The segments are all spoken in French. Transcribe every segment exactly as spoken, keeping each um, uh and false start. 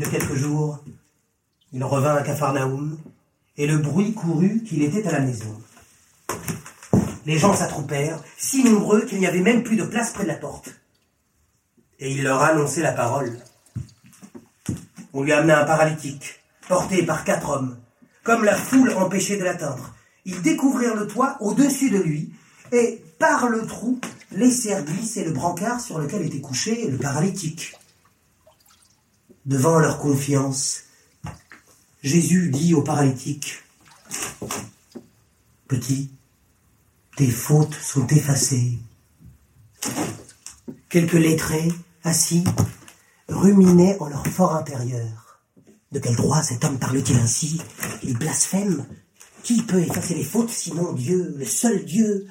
de quelques jours, il revint à Capharnaüm, et le bruit courut qu'il était à la maison. Les gens s'attroupèrent, si nombreux qu'il n'y avait même plus de place près de la porte. Et il leur annonçait la parole. On lui amena un paralytique, porté par quatre hommes. Comme la foule empêchait de l'atteindre, ils découvrirent le toit au-dessus de lui, et par le trou, laissèrent glisser le brancard sur lequel était couché le paralytique. Devant leur confiance, Jésus dit au paralytique, « Petit, tes fautes sont effacées. » Quelques lettrés, assis, ruminaient en leur fort intérieur. De quel droit cet homme parle-t-il ainsi? Il blasphème. Qui peut effacer les fautes sinon Dieu, le seul Dieu?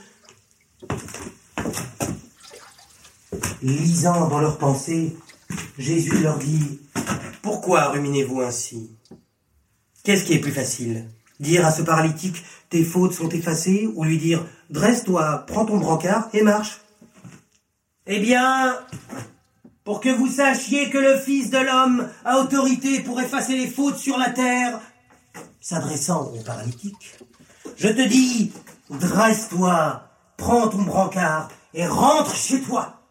Lisant dans leurs pensées, Jésus leur dit, « Pourquoi ruminez-vous ainsi? Qu'est-ce qui est plus facile? Dire à ce paralytique, tes fautes sont effacées, ou lui dire, dresse-toi, prends ton brancard et marche. Eh bien, pour que vous sachiez que le Fils de l'homme a autorité pour effacer les fautes sur la terre, s'adressant au paralytique, je te dis, dresse-toi, prends ton brancard et rentre chez toi.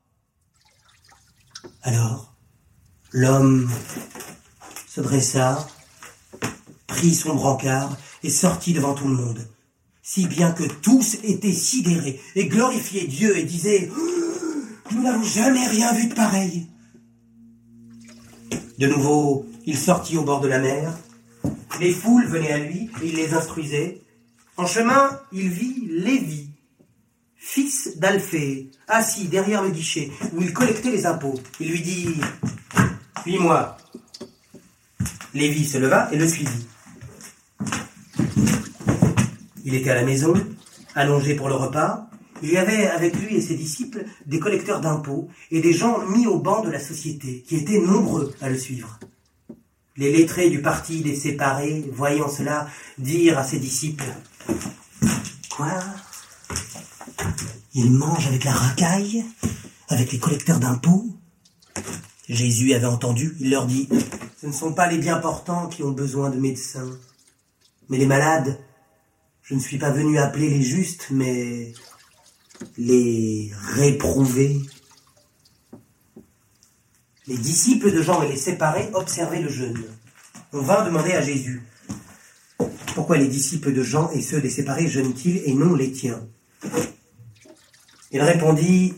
Alors, l'homme se dressa, prit son brancard et sortit devant tout le monde, si bien que tous étaient sidérés et glorifiaient Dieu et disaient « Nous n'avons jamais rien vu de pareil !» De nouveau, il sortit au bord de la mer. Les foules venaient à lui et il les instruisait. En chemin, il vit Lévi, fils d'Alphée, assis derrière le guichet où il collectait les impôts. Il lui dit « Suis-moi !» Lévi se leva et le suivit. Il était à la maison, allongé pour le repas. Il y avait avec lui et ses disciples des collecteurs d'impôts et des gens mis au banc de la société, qui étaient nombreux à le suivre. Les lettrés du parti des séparés, voyant cela, dirent à ses disciples « Quoi ? Il mange avec la racaille, avec les collecteurs d'impôts ?» Jésus avait entendu, il leur dit « Ce ne sont pas les bien portants qui ont besoin de médecins, mais les malades. Je ne suis pas venu appeler les justes, mais les réprouvés. » Les disciples de Jean et les séparés observaient le jeûne. On vint demander à Jésus « Pourquoi les disciples de Jean et ceux des séparés jeûnent-ils et non les tiens ?» Il répondit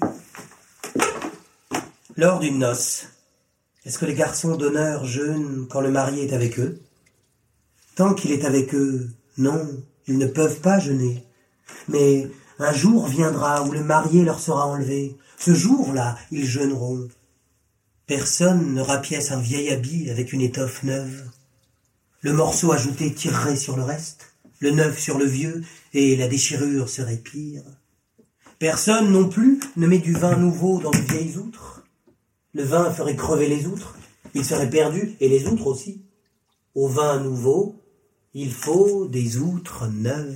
« Lors d'une noce, est-ce que les garçons d'honneur jeûnent quand le marié est avec eux? Tant qu'il est avec eux, non, ils ne peuvent pas jeûner. Mais un jour viendra où le marié leur sera enlevé. Ce jour-là, ils jeûneront. Personne ne rapièce un vieil habit avec une étoffe neuve. Le morceau ajouté tirerait sur le reste, le neuf sur le vieux, et la déchirure serait pire. Personne non plus ne met du vin nouveau dans de vieilles outres. Le vin ferait crever les outres, il serait perdu, et les outres aussi. Au vin nouveau, il faut des outres neuves.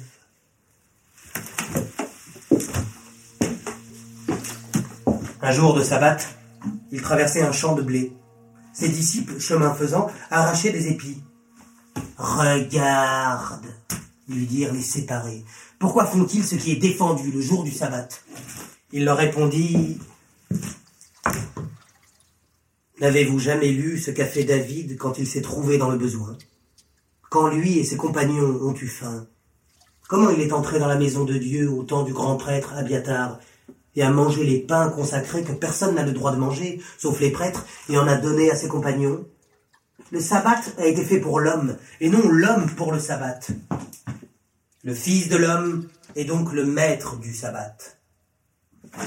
Un jour de sabbat, il traversait un champ de blé. Ses disciples, chemin faisant, arrachaient des épis. « Regarde !» lui dirent les séparés. « Pourquoi font-ils ce qui est défendu le jour du sabbat ?» Il leur répondit « N'avez-vous jamais lu ce qu'a fait David quand il s'est trouvé dans le besoin? Quand lui et ses compagnons ont eu faim, comment il est entré dans la maison de Dieu au temps du grand prêtre Abiatar et a mangé les pains consacrés que personne n'a le droit de manger, sauf les prêtres, et en a donné à ses compagnons? Le sabbat a été fait pour l'homme, et non l'homme pour le sabbat. Le Fils de l'homme est donc le maître du sabbat. »